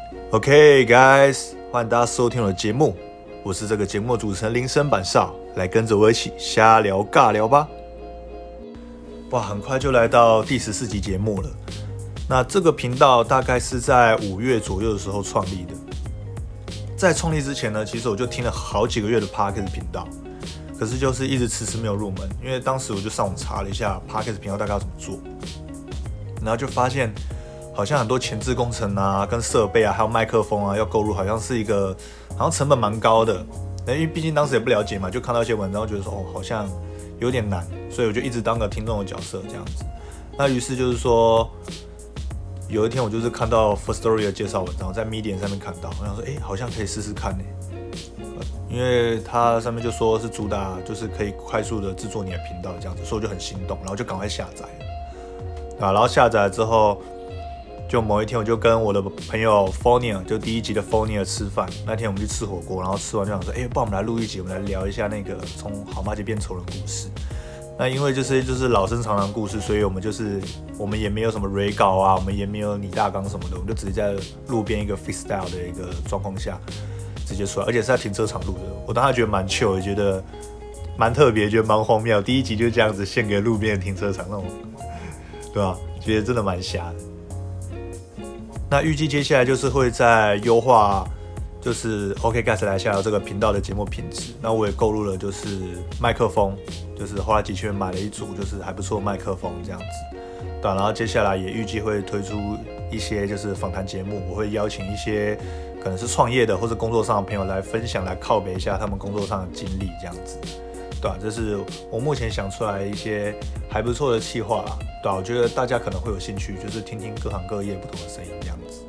OK guys， 欢迎大家收听我的节目，我是这个节目的主持人林森板少，来跟着我一起瞎聊尬聊吧。哇，很快就来到第14集节目了。那这个频道大概是在5月左右的时候创立的。在创立之前呢，其实我就听了好几个月的 Podcast 频道，可是就是一直迟迟没有入门，因为当时我就上网查了一下 Podcast 频道大概要怎么做，然后就发现好像很多前置工程啊、跟设备啊、还有麦克风啊要购入，好像是一个好像成本蛮高的。因为毕竟当时也不了解嘛，就看到一些文章，觉得说好像有点难，所以我就一直当个听众的角色这样子。那于是就是说，有一天我就是看到 Firstory 的介绍文章，在 Medium 上面看到，我想说，好像可以试试看呢。因为它上面就说是主打就是可以快速的制作你的频道这样子，所以我就很心动，然后就赶快下载了。然后下载了之后，就某一天我就跟我的朋友 Fonia， 就第1集的 Fonia 吃饭。那天我们去吃火锅，然后吃完就想说，不然我们来录一集，我们来聊一下那个从好妈姐变仇人故事。那因为就是老生常谈故事，所以我们也没有什么 re 稿啊，我们也没有拟大纲什么的，我们就直接在路边一个 freestyle 的一个状况下直接出来，而且是在停车场录的。我当时觉得蛮 chill， 也觉得蛮特别，觉得蛮荒谬。第1集就这样子献给路边的停车场那种，对吧？觉得真的蛮瞎的。那预计接下来就是会在优化，就是 OK Guys 来下这个频道的节目品质。那我也购入了就是麦克风，就是后来的确买了一组就是还不错的麦克风这样子。对，然后接下来也预计会推出一些就是访谈节目，我会邀请一些可能是创业的或者工作上的朋友来分享，来靠北一下他们工作上的经历这样子。对，这是我目前想出来一些还不错的企划啦。对，我觉得大家可能会有兴趣，就是听听各行各业不同的声音这样子。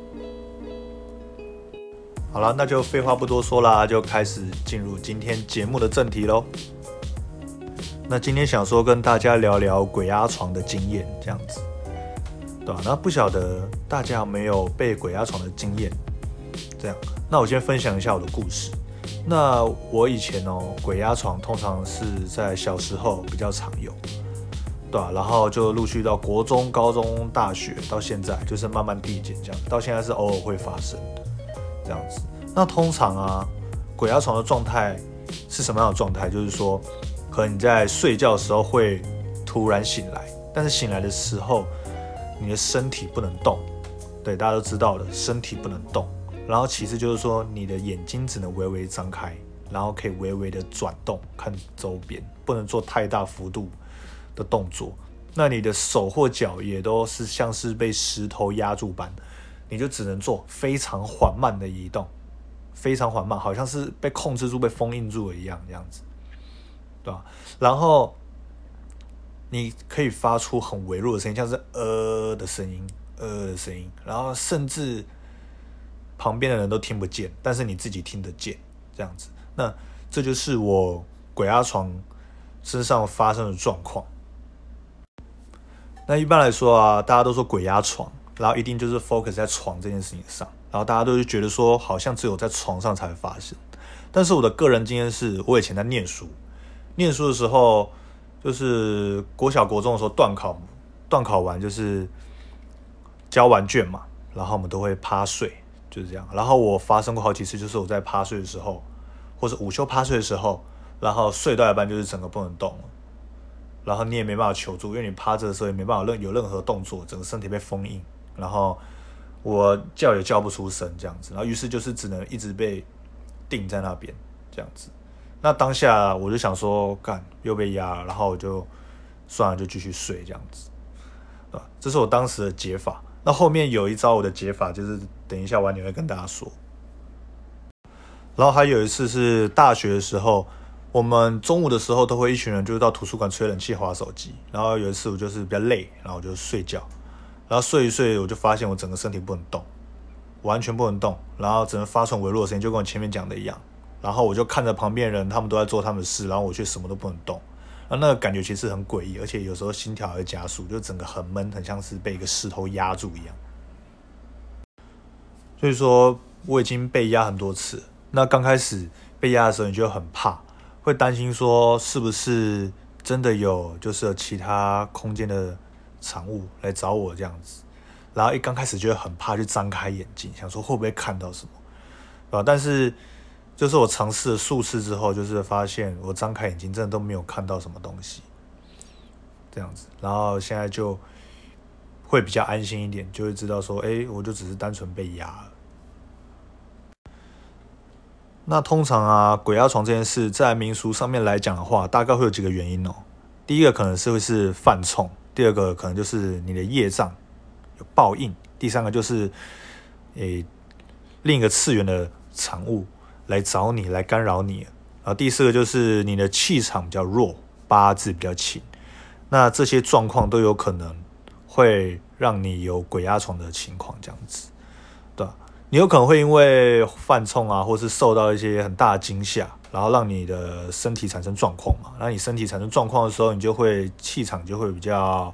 好了，那就废话不多说啦，就开始进入今天节目的正题咯。那今天想说跟大家聊聊鬼压床的经验这样子。对吧？那不晓得大家有没有被鬼压床的经验？这样，那我先分享一下我的故事。那我以前鬼压床通常是在小时候比较常有，对吧？然后就陆续到国中、高中、大学，到现在就是慢慢递减这样，到现在是偶尔会发生的这样子。那通常啊，鬼压床的状态是什么样的状态？就是说，可能你在睡觉的时候会突然醒来，但是醒来的时候，你的身体不能动，对，大家都知道的，身体不能动。然后其次就是说，你的眼睛只能微微张开，然后可以微微的转动，看周边，不能做太大幅度的动作。那你的手或脚也都是像是被石头压住般，你就只能做非常缓慢的移动，非常缓慢，好像是被控制住、被封印住了一样，这样子，对吧？然后你可以发出很微弱的声音，像是的声音，的声音，然后甚至旁边的人都听不见，但是你自己听得见，这样子。那这就是我鬼压床身上发生的状况。那一般来说啊，大家都说鬼压床，然后一定就是 focus 在床这件事情上，然后大家都会觉得说，好像只有在床上才会发生。但是我的个人经验是，我以前在念书的时候，就是国小国中的时候段考完就是交完卷嘛，然后我们都会趴睡，就是这样。然后我发生过好几次，就是我在趴睡的时候，或者午休趴睡的时候，然后睡到一半就是整个不能动了，然后你也没办法求助，因为你趴着的时候也没办法有任何动作，整个身体被封印，然后我叫也叫不出声这样子，然后于是就是只能一直被定在那边这样子。那当下我就想说，干又被压了，然后我就算了，就继续睡这样子，对吧？这是我当时的解法。那后面有一招我的解法，就是等一下晚点会跟大家说。然后还有一次是大学的时候，我们中午的时候都会一群人就是到图书馆吹冷气、滑手机。然后有一次我就是比较累，然后我就睡觉，然后睡一睡我就发现我整个身体不能动，完全不能动，然后只能发出微弱的声音，就跟我前面讲的一样。然后我就看着旁边的人，他们都在做他们的事，然后我却什么都不能动。那个感觉其实很诡异，而且有时候心跳还会加速，就整个很闷，很像是被一个石头压住一样。所以说我已经被压很多次。那刚开始被压的时候，你就很怕，会担心说是不是真的有就是有其他空间的产物来找我这样子。 然后一刚开始就会很怕去张开眼睛，想说会不会看到什么，但是就是我尝试了数次之后，就是发现我张开眼睛真的都没有看到什么东西，这样子，然后现在就会比较安心一点，就会知道说，我就只是单纯被压了。那通常啊，鬼压床这件事，在民俗上面来讲的话，大概会有几个原因哦。第一个可能会是犯冲，第二个可能就是你的业障有报应，第三个就是另一个次元的产物来找你，来干扰你。然后第四个就是你的气场比较弱，八字比较轻。那这些状况都有可能会让你有鬼压床的情况，这样子，对吧？你有可能会因为犯冲啊，或是受到一些很大的惊吓，然后让你的身体产生状况嘛。那你身体产生状况的时候，你就会气场就会比较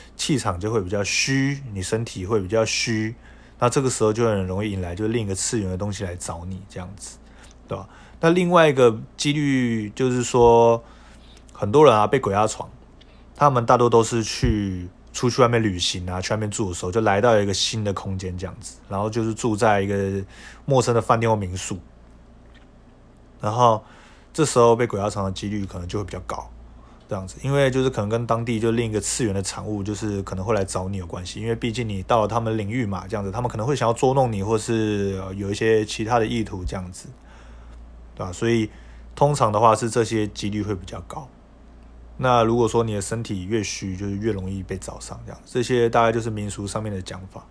虚，你身体会比较虚。那这个时候就很容易引来就是另一个次元的东西来找你，这样子，对吧？那另外一个几率就是说，很多人啊被鬼压床，他们大多都是出去外面旅行啊，去外面住的时候，就来到一个新的空间这样子，然后就是住在一个陌生的饭店或民宿，然后这时候被鬼压床的几率可能就会比较高，这样子，因为就是可能跟当地就另一个次元的产物，就是可能会来找你有关系，因为毕竟你到了他们领域嘛，这样子，他们可能会想要捉弄你，或是有一些其他的意图这样子，对吧？所以通常的话是这些几率会比较高。那如果说你的身体越虚，就是越容易被找上，这样，这些大概就是民俗上面的讲法。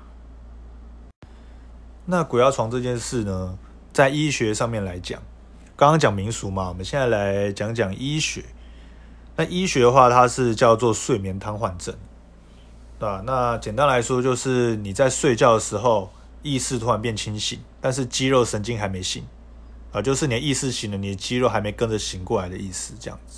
那鬼压床这件事呢，在医学上面来讲，刚刚讲民俗嘛，我们现在来讲讲医学。那医学的话，它是叫做睡眠瘫痪症，对吧？那简单来说，就是你在睡觉的时候，意识突然变清醒，但是肌肉神经还没醒，就是你的意识醒了，你的肌肉还没跟着醒过来的意思，这样子。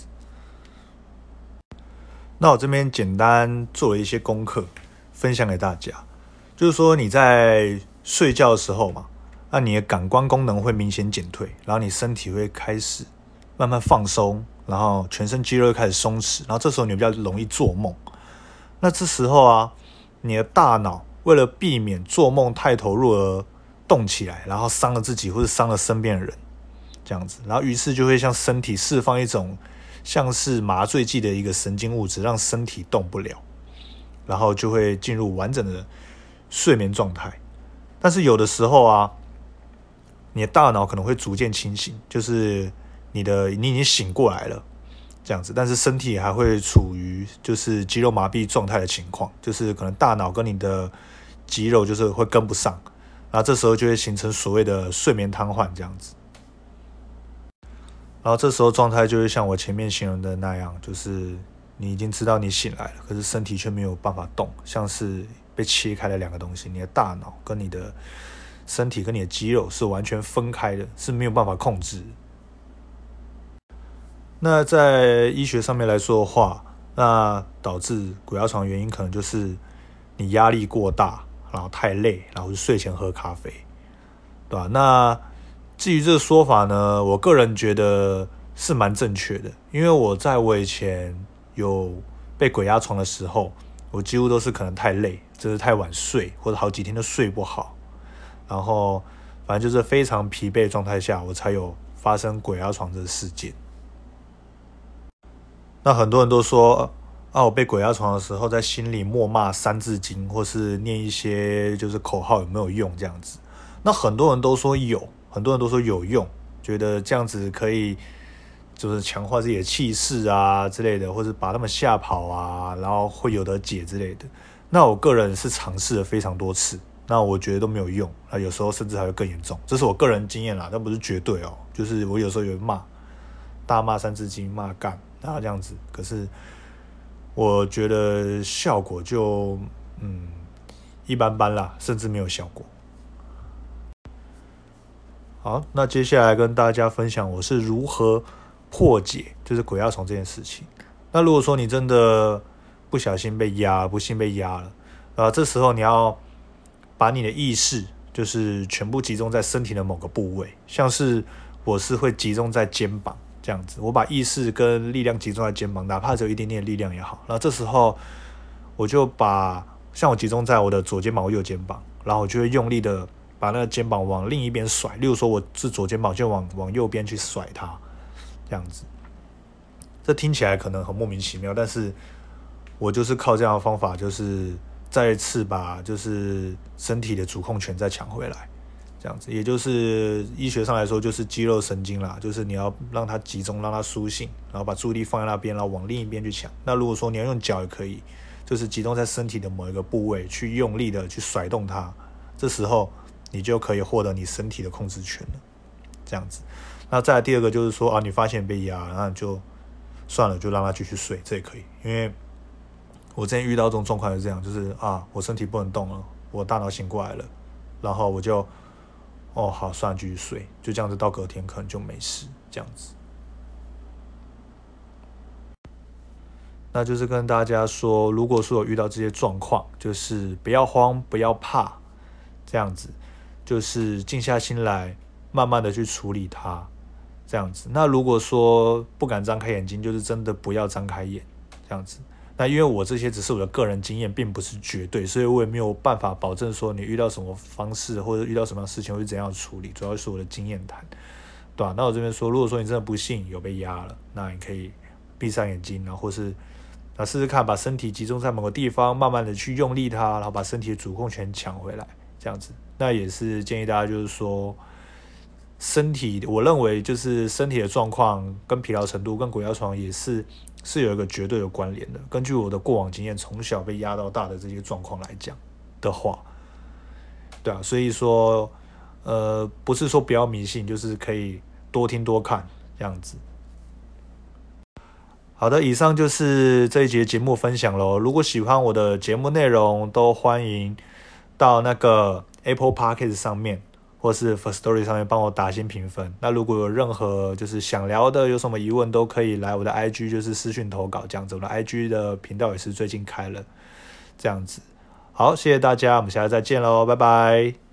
那我这边简单做了一些功课，分享给大家。就是说你在睡觉的时候嘛，那你的感官功能会明显减退，然后你身体会开始慢慢放松，然后全身肌肉会开始松弛，然后这时候你比较容易做梦。那这时候啊，你的大脑为了避免做梦太投入而动起来，然后伤了自己或者伤了身边的人，这样子，然后于是就会向身体释放一种像是麻醉剂的一个神经物质，让身体动不了，然后就会进入完整的睡眠状态。但是有的时候啊，你的大脑可能会逐渐清醒，就是你已经醒过来了，这样子，但是身体还会处于就是肌肉麻痹状态的情况，就是可能大脑跟你的肌肉就是会跟不上，然后这时候就会形成所谓的睡眠瘫痪这样子。然后这时候状态就会像我前面形容的那样，就是你已经知道你醒来了，可是身体却没有办法动，像是被切开了两个东西，你的大脑跟你的身体跟你的肌肉是完全分开的，是没有办法控制。那在医学上面来说的话，那导致鬼压床的原因可能就是你压力过大，然后太累，然后睡前喝咖啡，对吧？那至于这个说法呢，我个人觉得是蛮正确的，因为我以前有被鬼压床的时候，我几乎都是可能太累，就是太晚睡，或者好几天都睡不好，然后反正就是非常疲惫的状态下，我才有发生鬼压床这个事件。那很多人都说我被鬼压床的时候，在心里默骂三字经，或是念一些就是口号有没有用这样子？那很多人都说有，很多人都说有用，觉得这样子可以就是强化自己的气势啊之类的，或者把他们吓跑啊，然后会有得解之类的。那我个人是尝试了非常多次，那我觉得都没有用，有时候甚至还会更严重，这是我个人经验啦，但不是绝对哦。就是我有时候也会大骂三字经，骂干，然后这样子，可是我觉得效果就一般般啦，甚至没有效果。好，那接下来跟大家分享我是如何破解就是鬼压床这件事情。那如果说你真的不幸被压了，这时候你要把你的意识就是全部集中在身体的某个部位，像是我是会集中在肩膀这样子，我把意识跟力量集中在肩膀，哪怕只有一点点的力量也好。然后这时候我就把像我集中在我的左肩膀或右肩膀，然后我就会用力的把那个肩膀往另一边甩。例如说我是左肩膀，就往右边去甩它，这样子。这听起来可能很莫名其妙，但是我就是靠这样的方法，就是再次把就是身体的主控权再抢回来，这样子。也就是医学上来说，就是肌肉神经啦，就是你要让它集中，让它苏醒，然后把注意力放在那边，然后往另一边去抢。那如果说你要用脚也可以，就是集中在身体的某一个部位，去用力的去甩动它，这时候你就可以获得你身体的控制权了，这样子。那再来第二个就是说你发现被压了，那就算了，就让他继续睡，这也可以。因为我之前遇到这种状况是这样，就是我身体不能动了，我大脑醒过来了，然后我就好，算了，继续睡，就这样子到隔天可能就没事，这样子。那就是跟大家说，如果说有遇到这些状况，就是不要慌，不要怕，这样子，就是静下心来，慢慢的去处理它。这样子。那如果说不敢张开眼睛，就是真的不要张开眼，这样子。那因为我这些只是我的个人经验，并不是绝对，所以我也没有办法保证说你遇到什么方式或者遇到什么事情会怎样处理，主要是我的经验谈，对吧？那我这边说，如果说你真的不幸有被压了，那你可以闭上眼睛，然后或是试试看把身体集中在某个地方，慢慢的去用力它，然后把身体的主控权抢回来，这样子。那也是建议大家就是说。身体，我认为就是身体的状况跟疲劳程度跟鬼压床也是有一个绝对的关联的。根据我的过往经验，从小被压到大的这些状况来讲的话，对啊，所以说不是说不要迷信，就是可以多听多看这样子。好的，以上就是这一节节目分享咯。如果喜欢我的节目内容，都欢迎到那个 Apple Podcast 上面。或是 Firstory 上面帮我打星评分。那如果有任何就是想聊的，有什么疑问都可以来我的 IG 就是私讯投稿这样子。我的 IG 的频道也是最近开了这样子。好，谢谢大家，我们下次再见咯，拜拜。